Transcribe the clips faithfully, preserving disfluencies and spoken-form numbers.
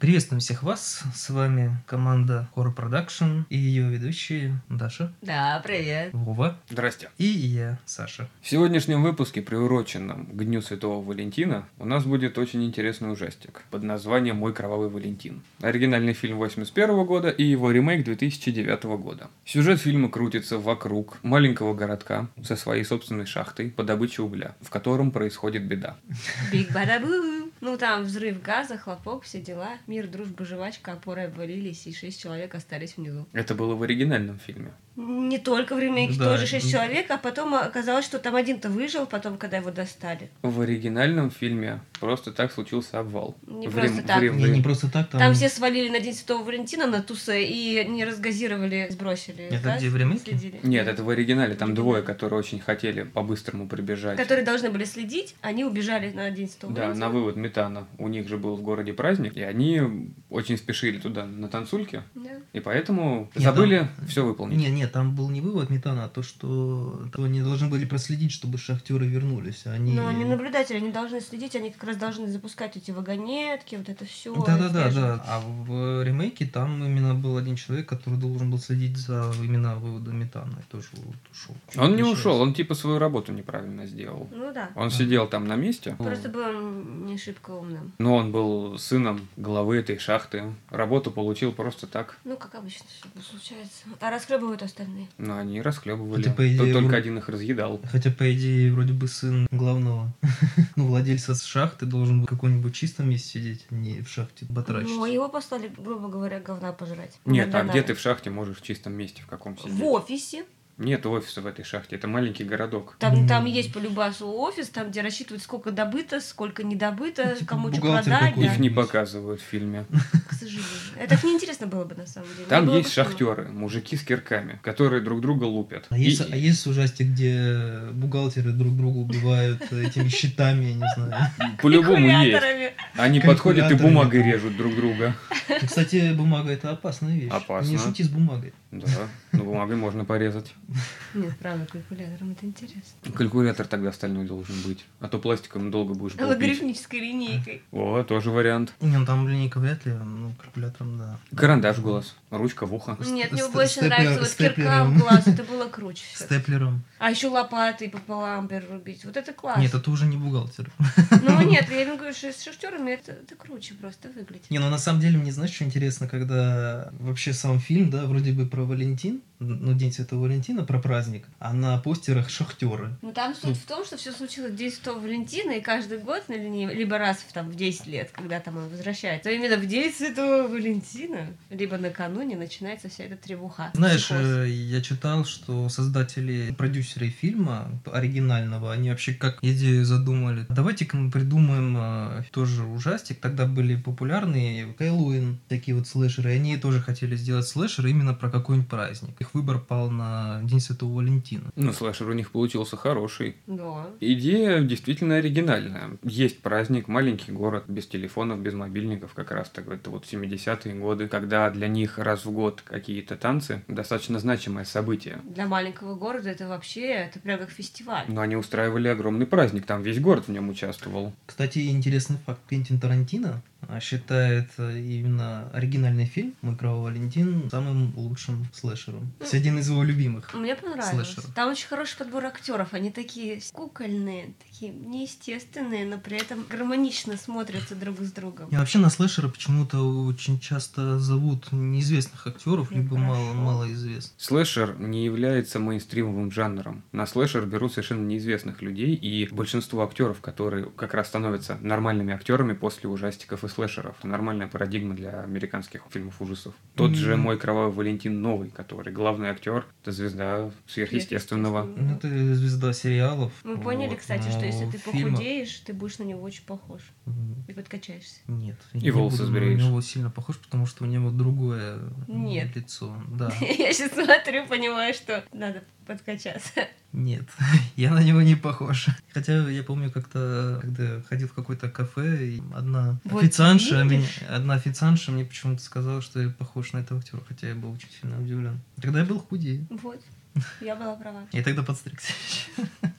Приветствуем всех вас, с вами команда Horror Production и ее ведущие Даша. Да, привет. Вова. Здрасте. И я, Саша. В сегодняшнем выпуске, приуроченном к Дню Святого Валентина, у нас будет очень интересный ужастик под названием «Мой кровавый Валентин». Оригинальный фильм восемьдесят первого года и его ремейк две тысячи девятого года. Сюжет фильма крутится вокруг маленького городка со своей собственной шахтой по добыче угля, в котором происходит беда. Биг бадабу. Ну там взрыв газа, хлопок, все дела. Мир, дружба, жвачка, опоры обвалились, и шесть человек остались внизу. Это было в оригинальном фильме. Не только в ремейке, Да. тоже шесть человек, а потом оказалось, что там один-то выжил, потом, когда его достали. В оригинальном фильме просто так случился обвал. Не В просто рем- так. в рем- Не, не просто так, там... Там все свалили на День Святого Валентина на тусы и не разгазировали, сбросили. Это газ, где, в ремейке? следили. Нет, это в оригинале. Там В двое, оригинале. которые очень хотели по-быстрому прибежать. Которые должны были следить, они убежали на День Святого Да, Валентина. на вывод метана. У них же был в городе праздник, и они очень спешили туда на танцульке, Да. и поэтому Нет, забыли там- все выполнить. Не, не, там был не вывод метана, а то, что то они должны были проследить, чтобы шахтеры вернулись. Они... Но они наблюдатели, они должны следить, они как раз должны запускать эти вагонетки, вот это все. Да-да-да, да. А в ремейке там именно был один человек, который должен был следить за именно выводом метана. И тоже вот ушел. Он не Чуть ушел, он типа свою работу неправильно сделал. Ну да. Он Ага. сидел там на месте, Просто был не шибко умным. но он был сыном главы этой шахты. Работу получил просто так. Ну, как обычно все случается. А расхлебывают остальные. Но они расхлебывали. Хотя, по идее, Тут только вроде- один их разъедал. Хотя, по идее, вроде бы сын главного, ну, владельца шахты должен был в каком-нибудь чистом месте сидеть, а не в шахте батрачить. Ну, его послали, грубо говоря, говна пожрать. Нет, а Макдональдс. где ты в шахте можешь в чистом месте в каком сидеть? В офисе. Нет офиса в этой шахте, это маленький городок. Там, М. там есть по любасу офис, там, где рассчитывают, сколько добыто, сколько не добыто, Типа кому что бухгалтер продать. какой-то. Да, Их не показывают в фильме. к сожалению. Это ж неинтересно было бы, на самом деле. Там Мне было есть бы сложно. шахтеры, мужики с кирками, которые друг друга лупят. А есть, И- а есть ужастик, где бухгалтеры друг друга убивают этими щитами, я не знаю. По-любому есть. Калькуляторами. Они подходят и Калькуляторами. бумагой режут друг друга. Ну, кстати, бумага это опасная вещь. Опасно. Не шути с бумагой. Да, но бумагой можно порезать. Нет, правда, калькулятором это интересно. Калькулятор тогда стальной должен быть. А то пластиком долго будешь лупить. Логарифмической линейкой. О, тоже вариант. Не, ну там линейка вряд ли, ну, калькулятором, да. Карандаш в глаз, ручка в ухо. Нет, мне Ст- больше степлер- нравится вот кирка степлером. в глаз, это было круче. всё-таки. Степлером. А еще лопатой пополам перерубить. Вот это класс. Нет, это уже не бухгалтер. Ну нет, я имею в виду, что с шахтерами это, это круче просто выглядит. Не, ну на самом деле мне, знаешь, что интересно, когда вообще сам фильм, да, вроде бы про Валентин, ну, День Святого Валентина, про праздник, а на постерах шахтеры. Ну там суть в том, что все случилось в День Святого Валентина, и каждый год, ну, или не- либо раз в, там, в десять лет, когда там он возвращается, то именно в День Святого Валентина, либо накануне начинается вся эта тревуха. Знаешь, психоз. э, я читал, что создатели, продюсеры фильма оригинального, они вообще как идею задумали. Давайте-ка мы придумаем э, тоже ужастик. Тогда были популярные Хэллоуин, такие вот слэшеры. И они тоже хотели сделать слэшер именно про какой-нибудь праздник. Их выбор пал на День Святого Валентина. Ну, слэшер у них получился хороший. Да. Идея действительно оригинальная. Есть праздник, маленький город, без телефонов, без мобильников, как раз так. Это вот семидесятые годы, когда для них раз в год какие-то танцы достаточно значимое событие. Для маленького города это вообще, это прям как фестиваль. Но они устраивали огромный праздник, там весь город в нем участвовал. Кстати, интересный факт. Квентин Тарантино а, считает э, именно оригинальный фильм «Мой кровавый Валентин» самым лучшим слэшером. Это один из его любимых. Мне понравилось. Слэшер. Там очень хороший подбор актеров. Они такие кукольные, такие неестественные, но при этом гармонично смотрятся друг с другом. И вообще на слэшеры почему-то очень часто зовут неизвестных актеров, Ну, либо хорошо. мало, малоизвестных. Слэшер не является мейнстримовым жанром. На слэшер берут совершенно неизвестных людей, и большинство актеров, которые как раз становятся нормальными актерами после ужастиков и слэшеров. Это нормальная парадигма для американских фильмов ужасов. Тот же М. «Мой кровавый Валентин» новый, который главный актер, это звезда сверхъестественного. Ну, ты звезда сериалов. Мы поняли, вот, кстати, что но если ты фильмов- похудеешь, ты будешь на него очень похож. М, И подкачаешься. Нет. И я не волосы буду сбреешь. на него сильно похож, потому что у него другое м, Нет. лицо. Да. Я сейчас смотрю, понимаю, что надо подкачаться. Нет, я на него не похож. Хотя я помню как-то, когда ходил в какое-то кафе, и одна Вот официантша, видишь? мне- одна официантша мне почему-то сказала, что я похож на этого актера, хотя я был очень сильно удивлен. Тогда я был худее. Вот. Я была права. Я тогда подстригся.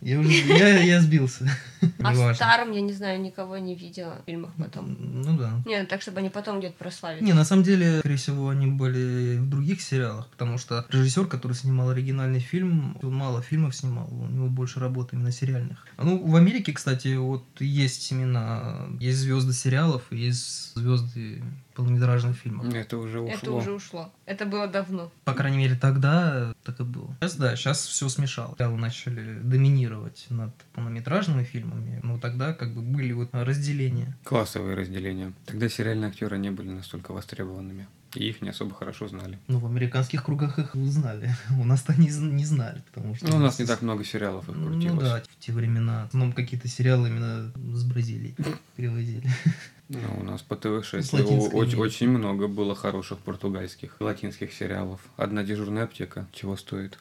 Я уже я, я сбился. А в Неважно. старом, я не знаю, никого не видела в фильмах потом. Ну да. Не, так, чтобы они потом где-то прославились. Не, на самом деле, скорее всего, они были в других сериалах, потому что режиссер, который снимал оригинальный фильм, он мало фильмов снимал, у него больше работы именно сериальных. Ну, в Америке, кстати, вот есть именно, есть звезды сериалов и есть звезды полнометражных фильмов. Это уже ушло. Это уже ушло. Это было давно. По крайней мере, тогда так и было. Сейчас, да, сейчас все смешалось. Сериалы начали доминировать над полнометражными фильмами, но тогда как бы были вот разделения. Классовые разделения. Тогда сериальные актеры не были настолько востребованными. И их не особо хорошо знали. Ну, в американских кругах их знали. У нас-то не, з- не знали, потому что... Ну, у нас не так много сериалов их крутилось. Ну да, в те времена. В основном какие-то сериалы именно с Бразилии привозили. Ну, у нас по ТВ шесть С Латинской очень, Америки. очень много было хороших португальских, латинских сериалов. «Одна дежурная аптека» чего стоит?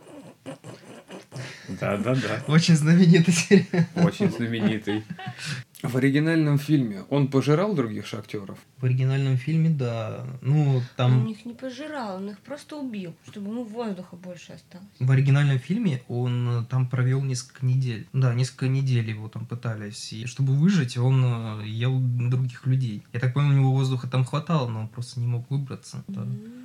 Да-да-да. Очень знаменитый сериал. Очень знаменитый. В оригинальном фильме он пожирал других шахтеров? В оригинальном фильме, да. Ну, Он там... их не пожирал, он их просто убил, чтобы ему воздуха больше осталось. В оригинальном фильме он э, там провел несколько недель. Да, несколько недель его там пытались. И чтобы выжить, он э, ел других людей. Я так понял, у него воздуха там хватало, но он просто не мог выбраться. Да.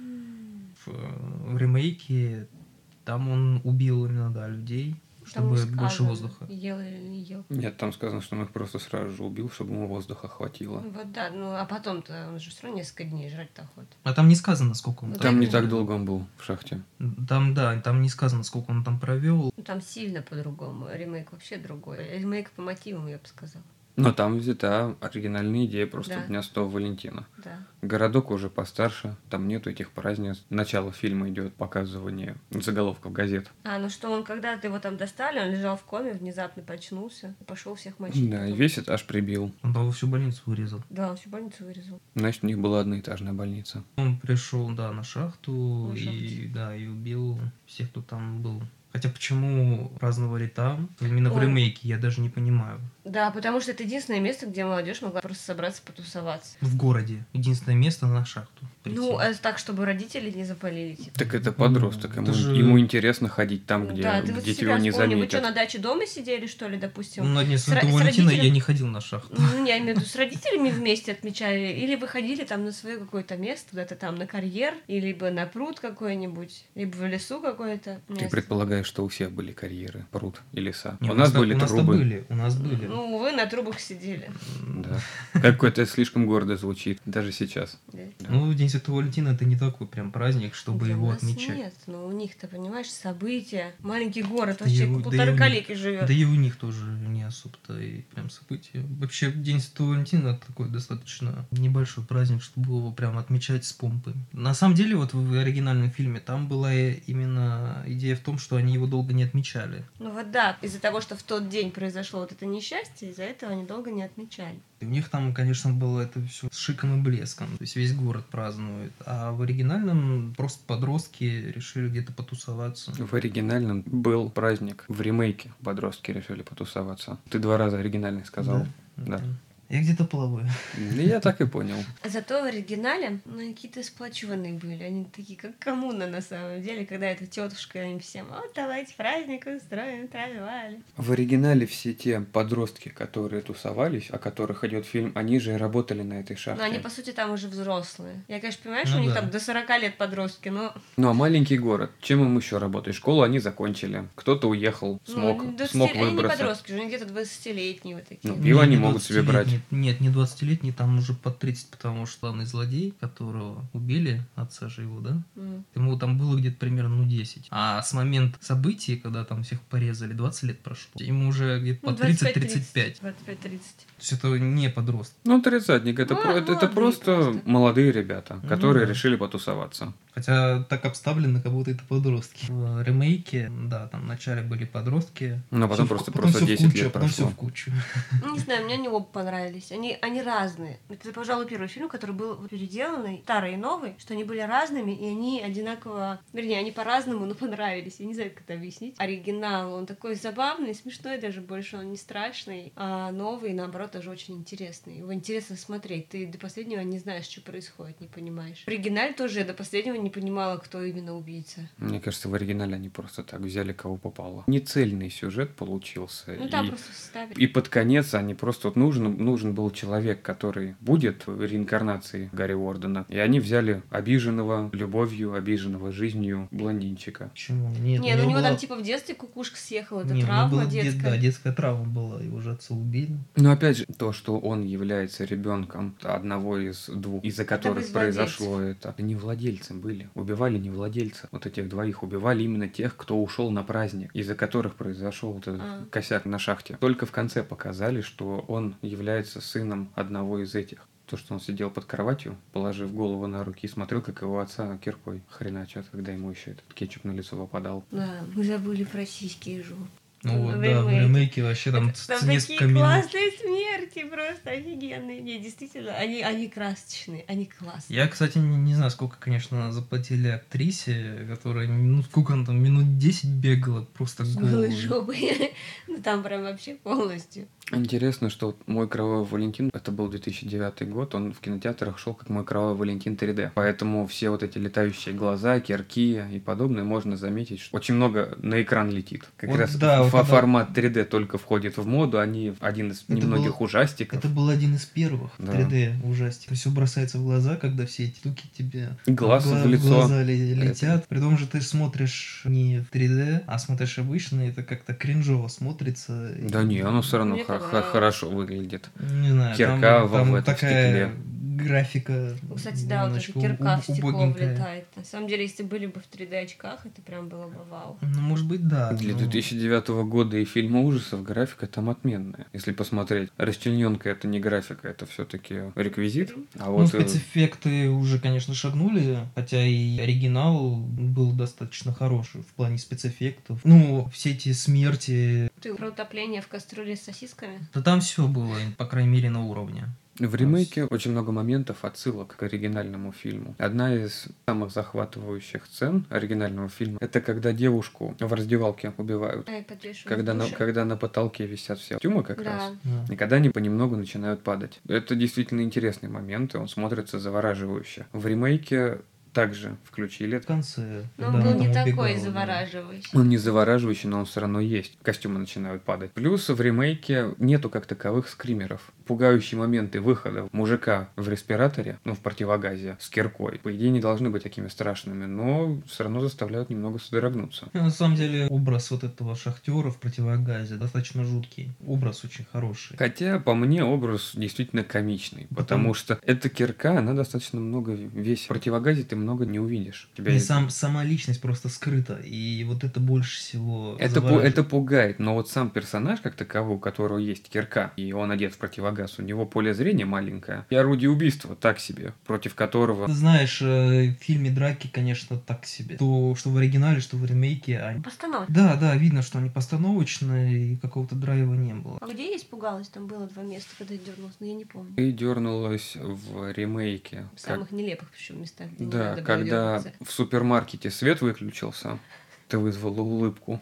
М. В, э, в ремейке там он убил именно, да, людей, Там не чтобы больше сказано, воздуха. ел или не ел. Нет, там сказано, что он их просто сразу же убил, чтобы ему воздуха хватило. Ну вот да, ну а потом-то он же все равно несколько дней жрать-то охота. А там не сказано, сколько он Ну, там. Там не именно. так долго он был в шахте. Там, да, там не сказано, сколько он там провел. Ну там сильно по-другому, ремейк вообще другой. Ремейк по мотивам, я бы сказала. Но там взята оригинальная идея просто Да. Дня Святого Валентина. Да. Городок уже постарше, там нету этих празднеств. Начало фильма идет показывание заголовков газет. А, ну что он, когда-то его там достали, он лежал в коме, внезапно очнулся, пошел всех мочить. Да, и потом. весь этаж прибил. Он того всю больницу вырезал. Да, он всю больницу вырезал. Значит, у них была одноэтажная больница. Он пришел, да, на шахту На и, шахте. да, и убил всех, кто там был. Хотя почему праздновали там, именно в Ой. ремейке, я даже не понимаю. Да, потому что это единственное место, где молодежь могла просто собраться, потусоваться. В городе. Единственное место на шахту. прийти. Ну, это так, чтобы родители не запалили, типа. Так это подросток, ему, это же- ему интересно ходить там, где, да, ты вот где себя тебя не вспомни, вы заметят. что, на даче дома сидели, что ли, допустим? Ну, на дне с ро- Святого с Валентина родителем- я не ходил на шахту. Ну, я имею в виду, с родителями вместе отмечали, или вы ходили там на свое какое-то место, куда-то там на карьер, или либо на пруд какой-нибудь, либо в лесу какое-то Ты место. предполагаешь, что у всех были карьеры, пруд и леса. Не, у нас были у нас-то трубы. были, у нас были. Ну, вы на трубах сидели. Да. Какой-то слишком гордо звучит, даже сейчас. Да. Да. Ну, День Святого Валентина это не такой прям праздник, чтобы Да, его у нас отмечать. Нет, но у них-то, понимаешь, события. Маленький город, Да вообще и у- да и полторы у них- калеки живет. Да и у них тоже не особо-то и прям события. Вообще, День Святого Валентина это такой достаточно небольшой праздник, чтобы его прям отмечать с помпой. На самом деле, вот в оригинальном фильме там была именно идея в том, что они его долго не отмечали. Ну вот да, из-за того, что в тот день произошло вот это несчастье, из-за этого они долго не отмечали. И у них там, конечно, было это все с шиком и блеском. То есть весь город празднует. А в оригинальном просто подростки решили где-то потусоваться. В оригинальном был праздник. В ремейке подростки решили потусоваться. Ты два раза оригинальный сказал. Да. Я где-то плаваю. Да я так и понял. Зато в оригинале, ну, какие-то сплоченные были. Они такие, как коммуна на самом деле, когда эта тетушка им всем, вот давайте праздник устроим, травивали. В оригинале все те подростки, которые тусовались, о которых идет фильм, они же и работали на этой шахте. Но они, по сути, там уже взрослые. Я, конечно, понимаю, что Ну у них да. там до сорока лет подростки, но... Ну а маленький город, чем им еще работать? Школу они закончили, кто-то уехал, смог, ну, смог двадцати- они не выбраться. подростки, уже они где-то двадцатилетние вот такие. Ну, пиво они не могут себе брать. двадцатилетний. Нет, не двадцатилетний, там уже под тридцать, потому что главный злодей, которого убили, отца же его, да? М. Ему там было где-то примерно ну десять. А с момента событий, когда там всех порезали, двадцать лет прошло. Ему уже где-то Ну, по тридцать-тридцать пять. двадцать пять тридцать. То есть это не подросток. Ну, тридцатник, это, Ну, про- это, это молодые просто, просто. молодые ребята, Ну которые да. решили потусоваться. Хотя так обставлено, как будто это подростки. В ремейке, да, там вначале были подростки. Ну, а потом Всё в- просто, потом просто всё в десять кучу, лет а потом все прошло. в кучу. Ну, не знаю, мне они оба понравились. Они, они разные. Это, пожалуй, первый фильм, который был переделанный, старый и новый, что они были разными, и они одинаково... Вернее, они по-разному, но понравились. Я не знаю, как это объяснить. Оригинал, он такой забавный, смешной даже больше, он не страшный. А новый, наоборот, даже очень интересный. Его интересно смотреть. Ты до последнего не знаешь, что происходит, не понимаешь. В оригинале тоже я до последнего не не понимала, кто именно убийца. Мне кажется, в оригинале они просто так взяли, кого попало. Нецельный сюжет получился. Ну там и... просто ставили. И под конец они просто вот нужен, нужен был человек, который будет в реинкарнации Гарри Уордена. И они взяли обиженного любовью, обиженного жизнью блондинчика. Почему? Нет, Не, ну у него была- там типа в детстве кукушка съехала, это Не, у него травма была де- детская. Да, детская травма была, его же отца убили. Но опять же, то, что он является ребенком одного из двух, из-за которых из произошло это, не владельцы были. Убивали не владельца. Вот этих двоих убивали именно тех, кто ушел на праздник, из-за которых произошел вот этот А. косяк на шахте. Только в конце показали, что он является сыном одного из этих. То, что он сидел под кроватью, положив голову на руки и смотрел, как его отца киркой хреначат, когда ему еще этот кетчуп на лицо попадал. Да, мы забыли про сиськи и жопу. Ну вот, В да, в ремейке. ремейке вообще там, с- Там с несколько такие минут. классные смерти, просто офигенные. Не, действительно, они, они красочные, они классные. Я, кстати, не, не знаю, сколько, конечно, заплатили актрисе, которая, ну, сколько она там, минут десять бегала, просто С голой голой. жопой. Ну там прям вообще полностью. Интересно, что вот «Мой кровавый Валентин», это был две тысячи девятый год, он в кинотеатрах шел как «Мой кровавый Валентин три дэ». Поэтому все вот эти летающие глаза, кирки и подобное можно заметить, что очень много на экран летит. Как Вот раз да, вот фо- когда- формат три дэ только входит в моду, они один из Это немногих было- ужастиков. Это был один из первых Да. три дэ ужастиков. Все бросается в глаза, когда все эти штуки тебе Глаз гла- в лицо. глаза ле- летят. При том же ты смотришь не в три дэ, а смотришь обычно, и это как-то кринжово смотрится. Да не, оно все равно Мне хо- хо- понравилось. хорошо выглядит. Не знаю, Кирка там, в- там в этом такая стекле. графика. Ну, кстати, да, вот эта немножко кирка уб- в стекло убогенькая. влетает. На самом деле, если были бы в три дэ очках, это прям было бы вау. Ну, может быть, да. Для но- две тысячи девятого года и фильма ужасов графика там отменная. Если посмотреть, расчлененка это не графика, это все-таки реквизит. А Ну, вот э, спецэффекты уже, конечно, шагнули, хотя и оригинал был достаточно хороший в плане спецэффектов. Ну, все эти смерти, Ты про утопление в кастрюле с сосисками? да там все было, по крайней мере, на уровне. в ремейке очень много моментов отсылок к оригинальному фильму. Одна из самых захватывающих сцен оригинального фильма это когда девушку в раздевалке убивают. Ай, подвешиваю Когда в на, душе. когда на потолке висят все костюмы как Да. раз. Да. И когда они понемногу начинают падать. Это действительно интересный момент, и он смотрится завораживающе. В ремейке также включили. В конце. Но когда он был она не там такой убегала, да. завораживающий. Он не завораживающий, но он все равно есть. Костюмы начинают падать. Плюс в ремейке нету как таковых скримеров. Пугающие моменты выхода мужика в респираторе, ну, в противогазе, с киркой, по идее, не должны быть такими страшными, но все равно заставляют немного содрогнуться. Ну, на самом деле, образ вот этого шахтера в противогазе достаточно жуткий. Образ очень хороший. Хотя, по мне, образ действительно комичный, потому Потому- что эта кирка, она достаточно много весит. В противогазе ты много не увидишь. У тебя И есть- сам, сама личность просто скрыта, и вот это больше всего Это, пу- завораживает. это пугает, но вот сам персонаж, как таковой, у которого есть кирка, и он одет в противогаз, у него поле зрения маленькое, и орудие убийства так себе, против которого... Ты знаешь, э, в фильме драки, конечно, так себе. То, что в оригинале, что в ремейке, они... Постановка. Да, да, видно, что они постановочные, и какого-то драйва не было. А где я испугалась? Там было два места, когда я дернулась, но я не помню. Ты дернулась в ремейке. В как- самых нелепых причем местах. где не Да, надо было когда дёрнуться. в супермаркете свет выключился, ты вызвала улыбку.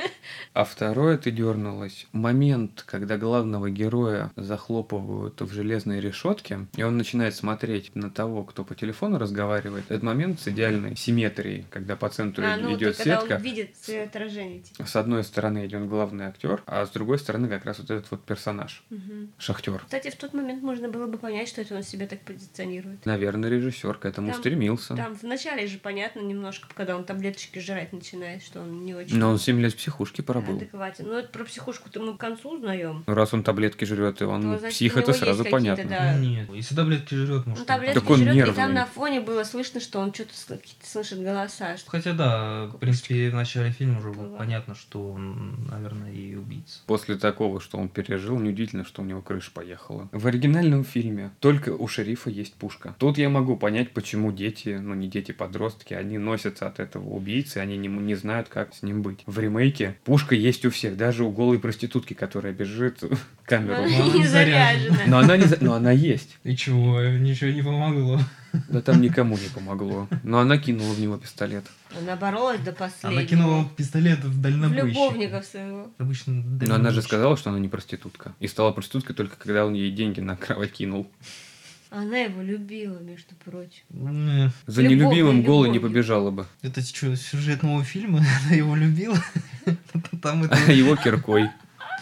А второе, ты дернулась. Момент, когда главного героя захлопывают в железной решетке, и он начинает смотреть на того, кто по телефону разговаривает. Этот момент с идеальной симметрией, когда по центру А, ну, идет то, когда сетка. он видит свое отражение. Типа. С одной стороны идет главный актер, а с другой стороны как раз вот этот вот персонаж, Мгм. шахтер. Кстати, в тот момент можно было бы понять, что это он себя так позиционирует. Наверное, режиссер к этому Там- стремился. Там вначале же понятно немножко, когда он таблеточки жрать начинает, что он не очень Но он семь лет в психушке пробыл. адекватен. Ну, это про психушку-то мы к концу узнаем. Ну, раз он таблетки жрет, и он То, значит, псих, у это него сразу есть какие-то, понятно. да. Ну, нет, если таблетки жрет, Ну, может... таблетки Так он жрет, и нервный. там на фоне было слышно, что он что-то сл- какие-то слышит голоса. Что... Хотя да, в принципе, в начале фильма уже было Бывает. понятно, что он, наверное, и убийца. После такого, что он пережил, неудивительно, что у него крыша поехала. В оригинальном фильме только у шерифа есть пушка. Тут я могу понять, почему дети, ну не дети, подростки, они носятся от этого убийцы, они не, не знают, как с ним быть. В ремейке пушка есть у всех, даже у голой проститутки, которая бежит в камеру. Она Не не заряжена. Но она, не, за- но она есть. И чего? Ничего не помогло. Да там никому не помогло. Но она кинула в него пистолет. Она боролась до последнего. Она кинула пистолет в в дальнобойщика. любовников своего. Обычно Но она же дальнобойщик. сказала, что она не проститутка. И стала проституткой только когда он ей деньги на кровать кинул. Она его любила, между прочим. Не, За Любовью, нелюбимым голой не любовью. побежала бы. Это что, сюжет нового фильма? Она его любила? Там это... А его киркой.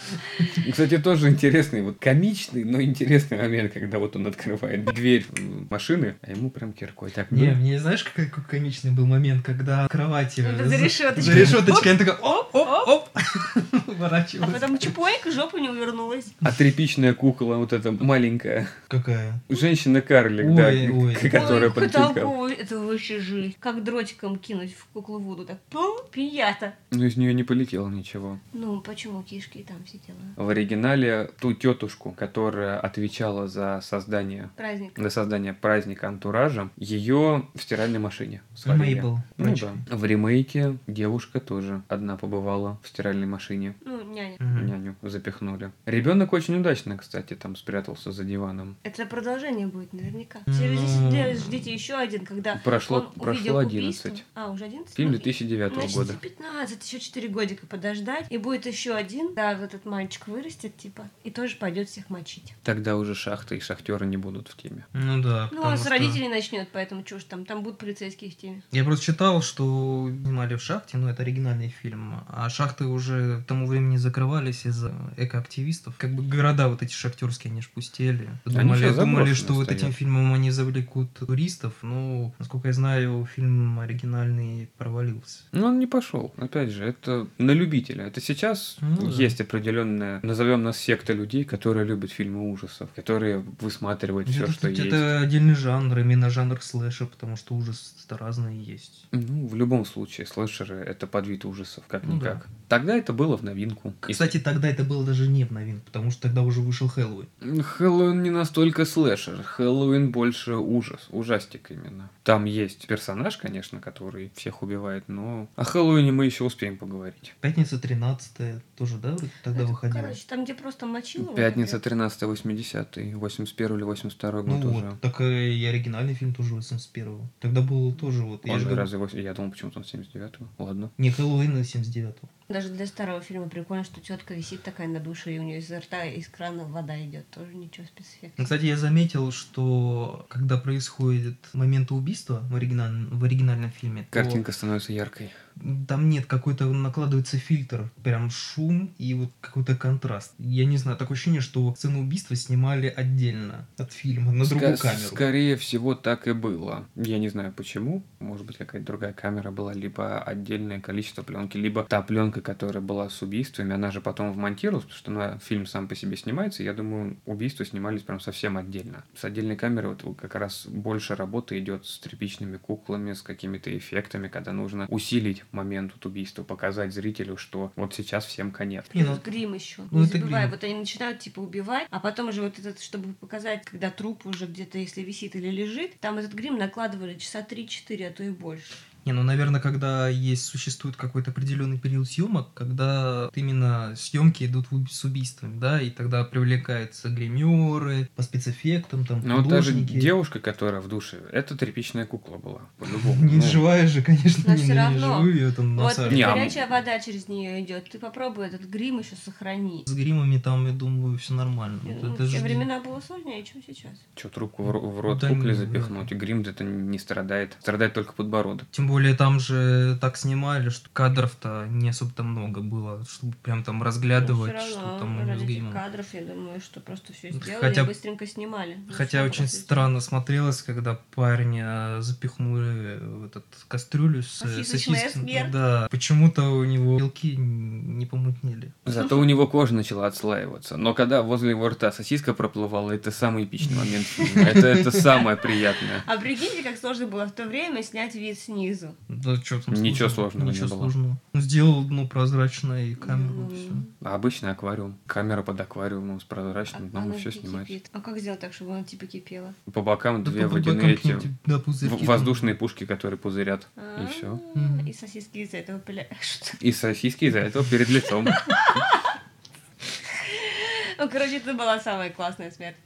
Кстати, тоже интересный, вот комичный, но интересный момент, когда вот он открывает дверь машины, а ему прям киркой. Так, Не, ну, мне знаешь, какой, какой комичный был момент, когда в кровати... Это за за- решеточкой. За решеточкой, она такая оп-оп-оп, А уворачивалась. потом чпоик, жопа не увернулась. а тряпичная кукла, вот эта маленькая, Какая? женщина-карлик, да, Ой, ой. к- которая Ой, под потолку, пеньком. это вообще жизнь. Как дротиком кинуть в куклу Вуду, так пум, пиньята. Но из нее не полетело ничего. Ну, почему кишки и там все дела? В оригинале ту тетушку, которая отвечала за создание, Праздник. за создание праздника антуража, ее в стиральной машине сварили. Мейбл. Ну Прачка. да. В ремейке девушка тоже одна побывала в стиральной машине. Ну, няня. Мгм. Няню запихнули. Ребенок очень удачно, кстати, там спрятался за диваном. Это продолжение будет наверняка. Ну. Через десять лет ждите еще один, когда Прошло- он прошло увидел одиннадцать. убийство. А, уже одиннадцать? Фильм Ну, две тысячи девятого Значит, года. пятнадцать, еще четыре годика подождать, и будет еще один, да, вот этот мальчик вырастет, типа, и тоже пойдет всех мочить. Тогда уже шахты и шахтеры не будут в теме. Ну да. Ну, потому он с что- родителей начнет, поэтому чушь там, там будут полицейские в теме. Я просто читал, что снимали в шахте, ну это оригинальный фильм, а шахты уже к тому времени закрывались из-за экоактивистов. Как бы города вот эти шахтерские, они ж пустели. Они Думали, щас думали, заброшены что вот стоят. этим фильмом они завлекут туристов, но, насколько я знаю, фильм оригинальный провалился. Но он не пошел. Опять же, это на любителя. Это сейчас Ну да. есть определенная, назовем нас секта людей, которые любят фильмы ужасов, которые высматривают все, это, что это есть. отдельный жанр, именно жанр слэша, потому что ужасы-то разные есть. Ну, в любом случае, слэшеры — это подвид ужасов, Ну как-никак. Тогда это было в новинку. И Кстати, тогда это было даже не в новинку, потому что тогда уже вышел Хэллоуин. Хэллоуин не настолько слэшер. Хэллоуин больше ужас. Ужастик именно. Там есть персонаж, конечно, который всех убивает, но о Хэллоуине мы еще успеем поговорить. Пятница тринадцатая тоже, да, вроде тогда Это, выходила? Короче, там, где просто мочило. Пятница тринадцатое восьмидесятый, восемьдесят первый или восемьдесят второй Ну год вот, уже. так э, и оригинальный фильм тоже восемьдесят первого. Тогда был тоже вот... я Он же же говорю, разве восемь- Я думал, почему-то он семьдесят девятого. Ладно. Не, Хэллоуин семьдесят девятого. Даже для старого фильма прикольно, что тетка висит такая на душе, и у нее изо рта, из крана вода идет. Тоже ничего спецэффекта. Ну, кстати, я заметил, что когда происходит момент убийства в, оригинальном, в оригинальном фильме, то Картинка становится яркой. там нет, какой-то накладывается фильтр, прям шум и вот какой-то контраст. Я не знаю, такое ощущение, что сцену убийства снимали отдельно от фильма, на другую Ска- камеру. Скорее всего, так и было. Я не знаю почему. Может быть, какая-то другая камера была, либо отдельное количество пленки, либо та пленка, которая была с убийствами, она же потом вмонтировалась, потому что ну, фильм сам по себе снимается. Я думаю, убийства снимались прям совсем отдельно. С отдельной камеры вот как раз больше работы идет с тряпичными куклами, с какими-то эффектами, когда нужно усилить момент вот убийства, показать зрителю, что вот сейчас всем конец. Не, ну, Плюс грим еще. ну, Не это забывай, грим. вот они начинают типа убивать, а потом уже вот этот, чтобы показать, когда труп уже где-то, если висит или лежит, там этот грим накладывали часа три-четыре, а то и больше. Не, ну, наверное, когда есть, существует какой-то определенный период съемок, когда именно съемки идут в уби- с убийствами, да, и тогда привлекаются гримеры по спецэффектам, там, Но вот та же художники. девушка, которая в душе, это тряпичная кукла была, по-любому. Не Ну, живая же, конечно, Но не, всё не равно. живую ее там Вот насаживают. Не, а горячая вода через нее идет. Ты попробуй этот грим еще сохрани. С гримами там, я думаю, все нормально. Вот Ну, это в те же- времена было сложнее, чем сейчас. Что, трубку в, ро- в рот Да кукле не, запихнуть? Грим это не страдает. Страдает только подбородок. Тем более там же так снимали, что кадров-то не особо-то много было, чтобы прям там разглядывать, Но всё что равно, там у него с ради этих гримом. кадров, я думаю, что просто все сделали Хотя- и быстренько снимали. Ну, Хотя что очень просто странно смотрелось, когда парня запихнули в этот кастрюлю с э, Сосисочная сосисками. смерть. Да, почему-то у него белки не помутнели. Зато у него кожа начала отслаиваться. Но когда возле его рта сосиска проплывала, это самый эпичный момент фильма. Это, это самое приятное. А прикиньте, как сложно было в то время снять вид снизу. Да, чё там Ничего сложного? сложного не Ничего было. сложного. Ну, сделал, ну, прозрачной камеру, Ну, все. А обычный аквариум. Камера под аквариумом с прозрачным, а- дном она и все не снимать. кипит. А как сделать так, чтобы она типа кипела? По бокам Да две по- по водяные бокам эти какие-нибудь, да, пузырьки в- там. воздушные пушки, которые пузырят. И А, все. Мгм. И сосиски из-за этого пляшут. И сосиски из-за этого перед лицом. Ну, короче, это была самая классная смерть.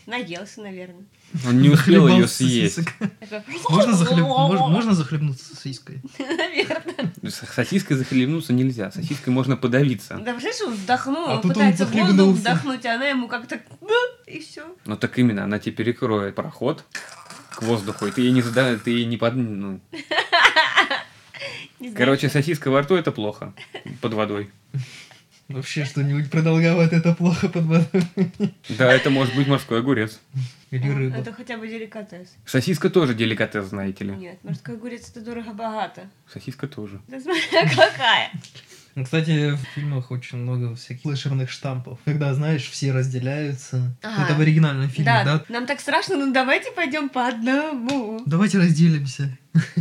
Наелся, наверное. Он не успел ее Захлебался съесть. сосисок. Такой, Можно, захлеб- мож- можно захлебнуться сосиской? Наверное. С сосиской захлебнуться нельзя. Сосиской можно подавиться. Да представляешь, он вдохнул, А он тут он пытается воздух захлебнулся. вдохнуть, а она ему как-то... И все. Ну так именно, она тебе перекроет проход к воздуху, и ты ей не зада... ты ей не под... ну. Короче, сосиска во рту — это плохо. Под водой. Вообще что-нибудь продолговато, это плохо под водой. Да, это может быть морской огурец. Или рыба. Это хотя бы деликатес. Сосиска тоже деликатес, знаете ли. Нет, морской огурец это дорого-богато. Сосиска тоже. Да смотря какая. Ну, кстати, в фильмах очень много всяких слэшерных штампов. Когда, знаешь, все разделяются. Ага. Это в оригинальном фильме, Да, да? нам так страшно, ну давайте пойдем по одному. Давайте разделимся.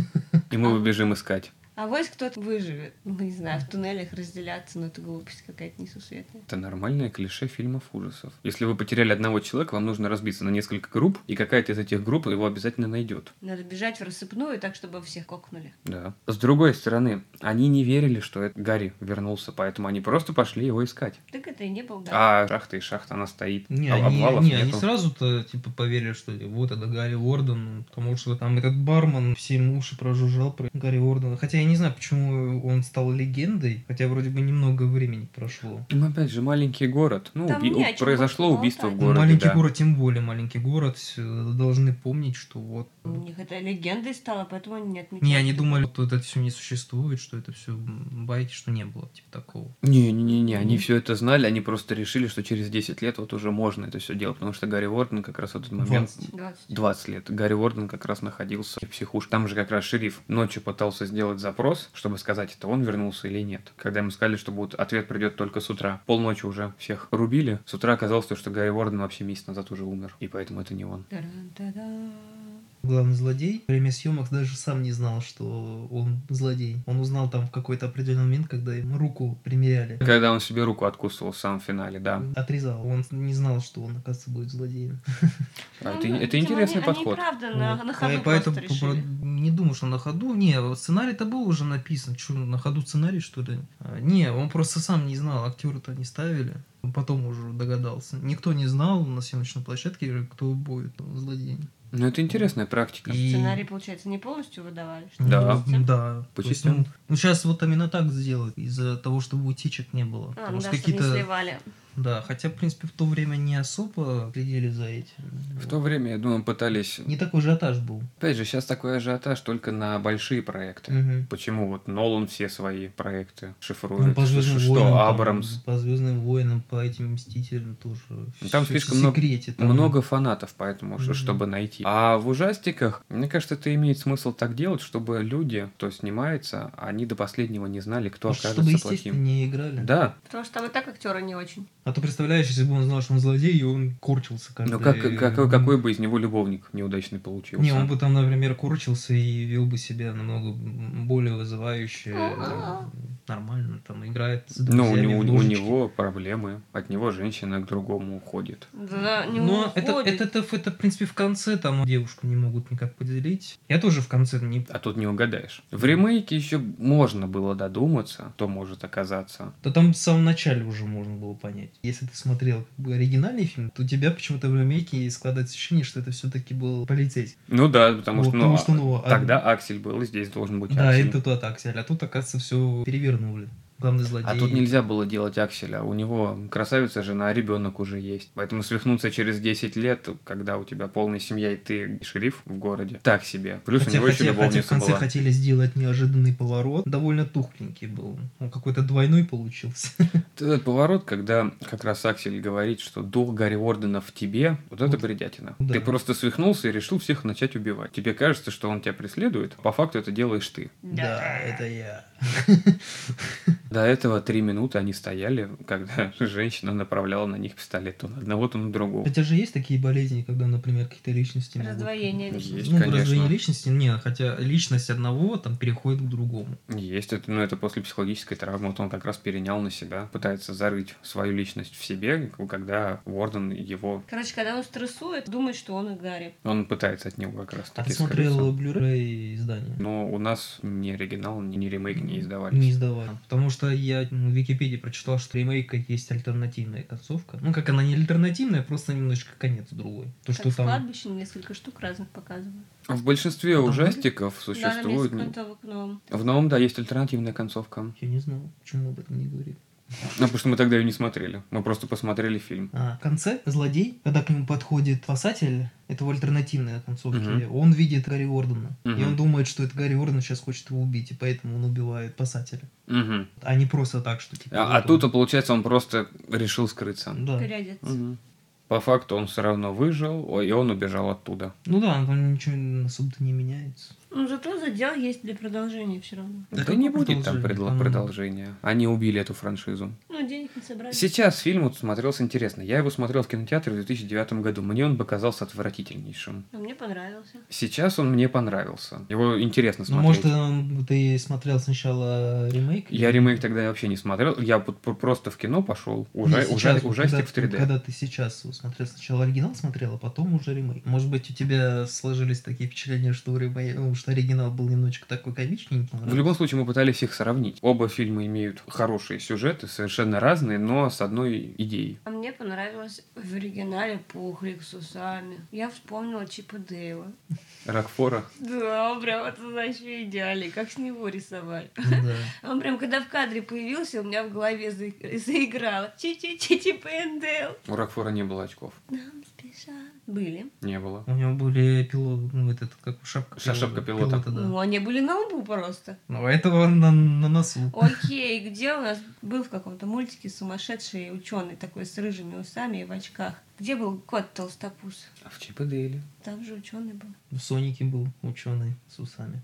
И мы побежим искать. А вось кто-то выживет. Ну, не знаю, в туннелях разделяться, но это глупость какая-то несусветная. Это нормальное клише фильмов ужасов. Если вы потеряли одного человека, вам нужно разбиться на несколько групп, и какая-то из этих групп его обязательно найдет. Надо бежать в рассыпную так, чтобы всех кокнули. Да. С другой стороны, они не верили, что это Гарри вернулся, поэтому они просто пошли его искать. Так это и не был, да. А шахта и шахта, она стоит. Не, а они, обвалов не, нету. они сразу-то типа поверили, что вот это Гарри Уорден, потому что там этот бармен всем уши прожужжал про Гарри Уордена. Хотя я не знаю, почему он стал легендой, хотя вроде бы немного времени прошло. Ну, опять же, маленький город. Ну, Там уби- не о чем произошло больше убийство в болтать. Ну, городе, маленький да. город, тем более маленький город, э, должны помнить, что вот... У них это легендой стало, поэтому они не отмечают. Не, они думали, что это все не существует, что это все байки, что не было, типа такого. Не-не-не, они Ну. все это знали, они просто решили, что через десять лет вот уже можно это все делать, потому что Гарри Уорден как раз в этот момент... двадцать. двадцать. двадцать лет. Гарри Уорден как раз находился в психушке. Там же как раз шериф ночью пытался сделать запрос, чтобы сказать, это он вернулся или нет. Когда ему сказали, что будет, ответ придет только с утра. Полночи уже всех рубили. С утра оказалось, то, что Гарри Уорден вообще месяц назад уже умер. И поэтому это не он. Таран-та-да. Главный злодей во время съемок даже сам не знал, что он злодей. Он узнал там в какой-то определенный момент, когда ему руку примеряли. Когда он себе руку откусывал в самом финале, да. Отрезал. Он не знал, что он, оказывается, будет злодеем. А Ну, это, ну, это видимо, интересный они, подход. Они правда на, Вот. на ходу Поэтому просто решили. не думаю, что на ходу. Не, вот сценарий-то был уже написан. Что, на ходу сценарий, что ли? А, не, он просто сам не знал, актеры-то не ставили. Он потом уже догадался. Никто не знал на съемочной площадке, кто будет злодеем. Ну, это интересная практика. И- Сценарий, получается, не полностью выдавали? что Да. ли? Ну, да. По То есть, частям. ну, ну, сейчас вот именно так сделают, из-за того, чтобы утечек не было. А, Потому ну что да, чтобы не какие-то... сливали. Да, хотя, в принципе, в то время не особо следили за этим. В то время, я думаю, пытались... Не такой ажиотаж был. Опять же, сейчас такой ажиотаж только на большие проекты. Мгм. Почему вот Нолан все свои проекты Ну, шифрует? по Звездным что войнам, там, Абрамс? по Звездным войнам, по этим мстителям тоже. Ну, там всё слишком в много- секрете, там- Много фанатов, поэтому, ш- Мгм. чтобы найти. А в ужастиках, мне кажется, это имеет смысл так делать, чтобы люди, кто снимается, они до последнего не знали, кто Ну, чтобы, окажется естественно, плохим. не играли. Да, Потому что там и так актеры не очень. А то представляешь, если бы он знал, что он злодей, и он корчился каждый... но как, какой, какой бы из него любовник неудачный получился? Не, он бы там, например, корчился и вел бы себя намного более вызывающе, А-а-а. нормально, там, играет с Ну, у друзьями него, в у ножички. него проблемы, от него женщина к другому уходит. Да, не Но это, уходит. это, это, это, в принципе, в конце там девушку не могут никак поделить. Я тоже в конце не... А тут не угадаешь. В ремейке еще можно было додуматься, кто может оказаться. То там в самом начале уже можно было понять. Если ты смотрел как бы оригинальный фильм, то у тебя почему-то в ремейке складывается ощущение, что это все-таки был полицейский. Ну да, потому Вот, что, ну, потому что, ну, а- тогда Аксель был, и здесь должен быть Да, Аксель. это тот Аксель. А тут, оказывается, все перевернули. Главный злодей. А тут нельзя было делать Акселя. У него красавица жена, а ребенок уже есть. Поэтому свихнуться через десять лет, когда у тебя полная семья и ты шериф в городе, так себе. Плюс Хотя, у него хотя, еще хотя в любовница конце была. хотели сделать неожиданный поворот. Довольно тухленький был. Он какой-то двойной получился. Этот поворот, когда как раз Аксель говорит, что дух Гарри Уордена в тебе, вот это Вот. бредятина. Да. Ты просто свихнулся и решил всех начать убивать. Тебе кажется, что он тебя преследует, а по факту это делаешь ты. Да, это я. До этого три минуты они стояли, когда женщина направляла на них пистолет то на одного, то на другого. Хотя же есть такие болезни, когда, например, какие-то личности... могут- Раздвоение Есть, личности. Ну, конечно. раздвоение личности, нет, хотя личность одного там переходит к другому. Есть это, но это после психологической травмы. Вот он как раз перенял на себя, пытается зарыть свою личность в себе, когда Уорден его... Короче, когда он стрессует, думает, что он и Гарри. Он пытается от него как раз А таки ты смотрел скрыться. Blu-ray издание? Но у нас ни оригинал, ни, ни ремейк не не издавались. Не издавали. Потому что я в Википедии прочитал, что у ремейка есть альтернативная концовка. Ну, как она не альтернативная, просто немножечко конец другой. То, Как что в там... кладбище несколько штук разных показывают. В большинстве ужастиков Да, там существует... есть концовок в новом. В новом, да, есть альтернативная концовка. Я не знал, почему об этом не говорит. Ну, потому что мы тогда ее не смотрели. Мы просто посмотрели фильм. А, в конце злодей, когда к нему подходит спасатель, это в альтернативной концовке, Мгм. он видит Гарри Ордена. И Мгм. он думает, что это Гарри Орден сейчас хочет его убить, и поэтому он убивает спасателя. Мгм. А не просто так, что типа... А, вот а он- тут, получается, он просто решил скрыться. Да. Переодеться. Мгм. По факту он все равно выжил, ой, и он убежал оттуда. Ну да, там ничего особо-то не меняется. Ну, зато задел есть для продолжения все равно. Да Да, какое не будет там продолжение? предла- Там- продолжения. Они убили эту франшизу. Ну, денег не собрали. Сейчас фильм вот смотрелся интересно. Я его смотрел в кинотеатре в две тысячи девятом году. Мне он показался отвратительнейшим. А мне понравился. Сейчас он мне понравился. Его интересно Ну, смотреть. может, эм, ты смотрел сначала ремейк? Я ремейк тогда вообще не смотрел. Я вот п- просто в кино пошел. Ужа- Не, ужа- сейчас, ужастик когда, в три дэ. Когда ты сейчас его смотрел, сначала оригинал смотрел, а потом уже ремейк. Может быть, у тебя сложились такие впечатления, что, ремейк, ну, что оригинал был немножечко такой комичненький. В любом случае, мы пытались их сравнить. Оба фильма имеют хорошие сюжеты, совершенно разные, но с одной идеей. А мне понравилось в оригинале Пухлик с усами. Я вспомнила Чипа Дейла. Рокфора. Да, он прям это вообще идеальный, как с него рисовали. Ну да. Он прям, когда в кадре появился, у меня в голове за- заиграло. Чи-чи-чи Чип и Дейл. У Рокфора не было очков. Нам спешат. Были. Не было. У него были пилот, ну, вот этот, как шапка Ша- шапка пилота. да. Ну, они были на лбу просто. Ну, а этого на, на носу. Окей, где у нас был в каком-то мультике сумасшедший ученый такой с рыжими усами и в очках? Где был кот Толстопуз? А в Чип и Дейле? Там же ученый был. В Сонике был ученый с усами.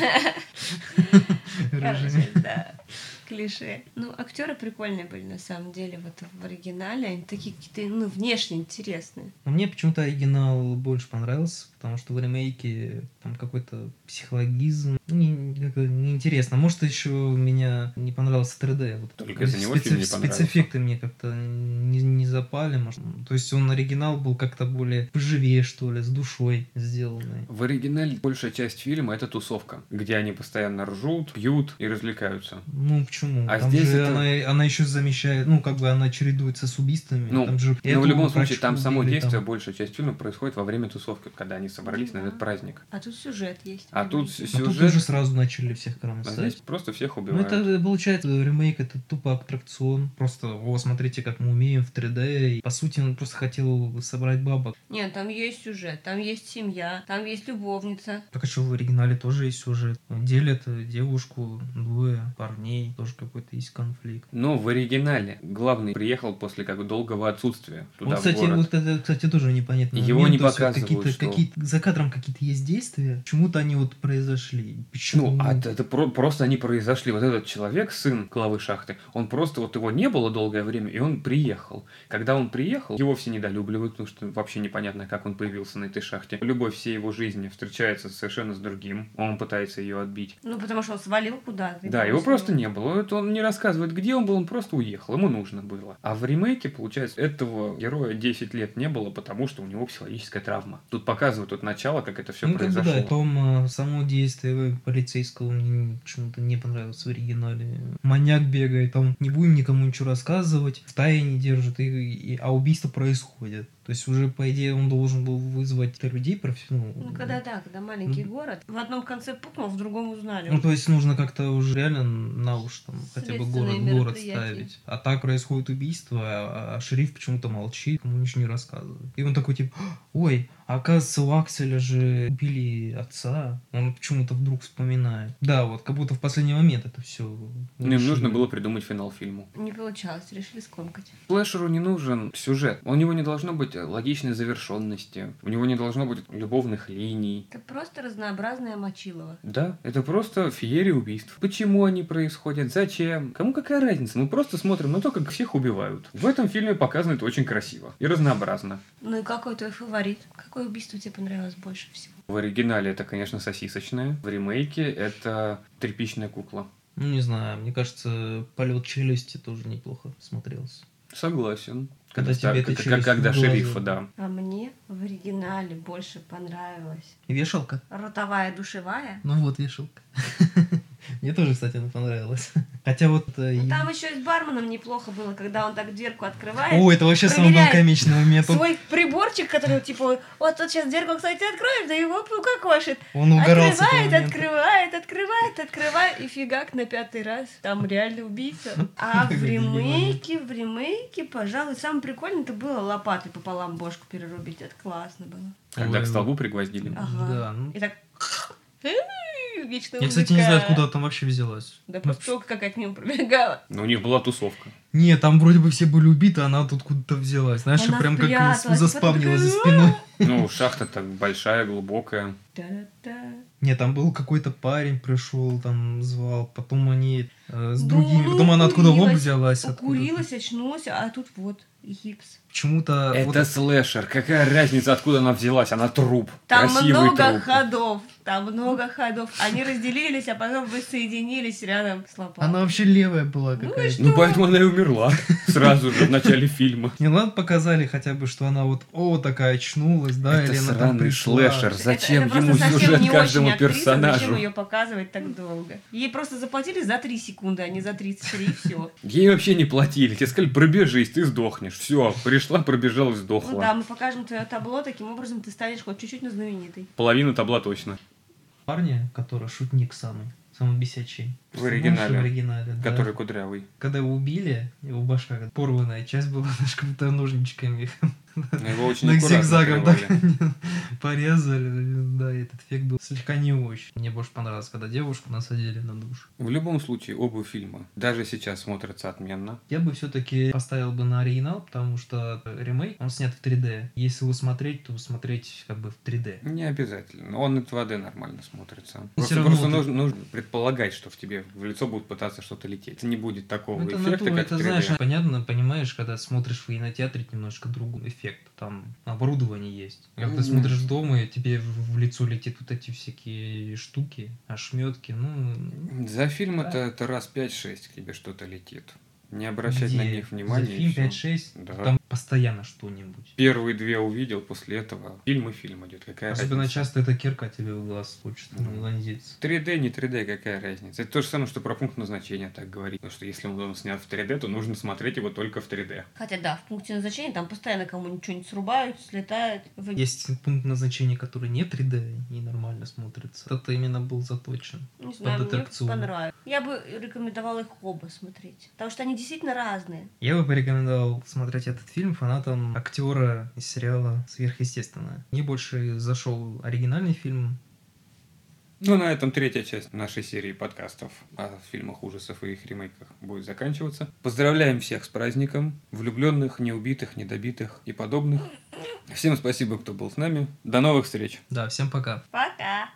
Рыжими. Короче, да. Клише. Ну, актеры прикольные были на самом деле вот в оригинале. Они такие какие-то, ну, внешне интересные. Но мне почему-то оригинал больше понравился, потому что в ремейке там какой-то психологизм. Ну, не, как-то неинтересно. Может, еще меня не понравился три дэ. Вот. Только из-за него фильм не понравился. Спецэффекты мне как-то не, не запали. Может. То есть он оригинал был как-то более поживее, что ли, с душой сделанный. В оригинале большая часть фильма — это тусовка, где они постоянно ржут, пьют и развлекаются. Ну, почему? А Там здесь же это- она, она еще замещает, ну, как бы она чередуется с убийствами. Ну, там же но в эту любом случае, врачку там само убили, действие, там- большая часть фильма происходит во время тусовки, когда они собрались на Да. этот праздник. А тут сюжет есть. А тут Прикольный. А тут сюжет... уже сразу начали всех А кромсать. здесь просто всех Ну, убивают. это получается ремейк, это тупо аттракцион. Просто, о, смотрите, как мы умеем в три дэ. И, по сути, он просто хотел собрать бабок. Нет, там есть сюжет, там есть семья, там есть любовница. Так а что, в оригинале тоже есть сюжет. Делят девушку, двое парней, тоже какой-то есть конфликт. Но в оригинале главный приехал после как бы долгого отсутствия туда, Вот, в кстати, город. вот это, кстати, тоже непонятно. Его не показывают, Какие-то, что- какие за кадром какие-то есть действия, почему-то они вот произошли. Почему? Ну, а это, это про- просто они произошли. Вот этот человек, сын главы шахты, он просто, вот его не было долгое время, и он приехал. Когда он приехал, его все недолюбливают, потому что вообще непонятно, как он появился на этой шахте. Любовь всей его жизни встречается совершенно с другим, он пытается ее отбить. Ну, потому что он свалил куда-то. и Да, его бросил просто его. не было. Это он не рассказывает, где он был, он просто уехал. Ему нужно было. А в ремейке, получается, этого героя десять лет не было, потому что у него психологическая травма. Тут показывают от начала, как это все Ну, как бы, произошло. да, потом э, само действие полицейского мне почему-то не понравилось в оригинале. Маньяк бегает, там не будем никому ничего рассказывать, в тайне держит, и, и- а убийство происходит. То есть уже, по идее, он должен был вызвать людей профессионально. Ну, когда да, когда маленький Мгм. город. В одном конце пукнул, в другом узнали. Ну, то есть нужно как-то уже реально на уж там хотя бы город, Следственные город мероприятия. ставить. А так происходит убийство, а, а шериф почему-то молчит, кому ничего не рассказывает. И он такой типа, ой, а оказывается, у Акселя же убили отца. Он почему-то вдруг вспоминает. Да, вот как будто в последний момент это все. Ну, им нужно было придумать финал фильму. Не получалось, решили скомкать. Слэшеру не нужен сюжет. У него не должно быть логичной завершенности. У него не должно быть любовных линий. Это просто разнообразное мочилово. Да, это просто феерия убийств. Почему они происходят? Зачем? Кому какая разница? Мы просто смотрим на то, как всех убивают. В этом фильме показано это очень красиво и разнообразно. Ну и какой твой фаворит? Какое убийство тебе понравилось больше всего? В оригинале это, конечно, сосисочное. В ремейке это тряпичная кукла. Ну, не знаю, мне кажется, полет челюсти тоже неплохо смотрелся. Согласен. Когда Когда, тебе эта как- челюсть когда в глаза. шерифа, да. А мне в оригинале больше понравилась Вешалка? ротовая душевая. Ну вот вешалка. Мне тоже, кстати, она понравилась. Хотя вот... э, Ну, и- там еще и с барменом неплохо было, когда он так дверку открывает. О, это вообще самый был проверяет комичный момент. Он, Свой приборчик, который, типа, вот тут сейчас дверку, кстати, откроем, да его укокошит. он угорал с этого Открывает, момента. открывает, открывает, открывает, и фигак на пятый раз. Там реально убийца. А в ремейке, в ремейке, пожалуй, самое прикольное это было лопатой пополам бошку перерубить. Это классно было. Когда Ой, к столбу пригвоздили. Ага. Да, ну. И так... Вечно Я, кстати, не знаю, музыка. откуда там вообще взялась. Да Ну, просто только какая-то мимо пробегала. Но у них была тусовка. Не, там вроде бы все были убиты, а она тут куда-то взялась. Знаешь, Она прям как спряталась, заспавнилась за потом такая, спиной. Ну, шахта так большая, глубокая. Та-да-та. Не, там был какой-то парень пришел, там звал, потом они э, с Да, другими, ну, потом она откуда лоб укурилась, взялась. откуда-то. Укурилась, очнулась, а тут вот и гипс. Почему-то... Это вот- слэшер. Какая разница, откуда она взялась? Она труп. Там Красивый много труп. ходов, там много ходов. Они разделились, а потом воссоединились рядом с лопатой. Она вообще левая была Ну и какая-то. что? Ну, поэтому она и умерла. Сразу же, в начале фильма. Не, ладно, показали хотя бы, что она вот, о, такая очнулась, да, Это или она там сраный пришла. слэшер. Это- Зачем это просто ему совсем сюжет не каждому очень актриса, Зачем персонажу? ее показывать так долго? Ей просто заплатили за три секунды, а не за тридцать три, и все. Ей вообще не платили. Тебе сказали, пробежись, ты сдохнешь. Все, пришла, пробежалась, Ну сдохла. да, мы покажем твое табло, таким образом ты станешь хоть чуть-чуть, но знаменитой. Половину табла точно. Парня, который шутник самый, самый бесячий. В оригинале. В оригинале, да. Который кудрявый. Когда его убили, его башка порванная часть была, знаешь, как будто ножничками. Но его очень На аккуратно зигзагом так отрывали. порезали. Да, этот эффект был слегка не очень. Мне больше понравилось, когда девушку насадили на душ. В любом случае, оба фильма даже сейчас смотрятся отменно. Я бы все-таки поставил бы на оригинал, потому что ремейк, он снят в три дэ. Если его смотреть, то смотреть как бы в три дэ. Не обязательно. Он и в два дэ нормально смотрится. Но Просто, всё равно просто ты- нужно, нужно предполагать, что в тебе в лицо будут пытаться что-то лететь. Не будет такого Ну, это эффекта, натура, как это в три дэ. знаешь, понятно, понимаешь, когда смотришь в кинотеатре, это немножко другой эффект. Там оборудование есть. Когда ты Мгм. смотришь дома, и тебе в в лицо летит вот эти всякие штуки, ошметки, ну... За фильм это, это раз пять-шесть к тебе что-то летит. Не обращать где? на них внимания. За и фильм всё. пять-шесть, Да. там постоянно что-нибудь. Первые две увидел, после этого фильм и фильм идет. Какая Особенно разница? часто эта кирка тебе в глаз хочет Ну. нанизиться. три дэ, не три дэ, какая разница? Это то же самое, что про пункт назначения так говорить. Потому что если он снят в три дэ, то нужно смотреть его только в три дэ. Хотя да, в пункте назначения там постоянно кому-нибудь что-нибудь срубают, слетают. Вы- Есть пункт назначения, который не три дэ и нормально смотрится. Это именно был заточен. Не знаю, мне аттракцион. понравилось. Я бы рекомендовала их оба смотреть. Потому что они действительно разные. Я бы порекомендовал смотреть этот фильм фанатам актера из сериала «Сверхъестественное». Мне больше зашел оригинальный фильм. Ну, на этом третья часть нашей серии подкастов о фильмах ужасов и их ремейках будет заканчиваться. Поздравляем всех с праздником. Влюбленных, неубитых, недобитых и подобных. Всем спасибо, кто был с нами. До новых встреч. Да, всем пока. Пока!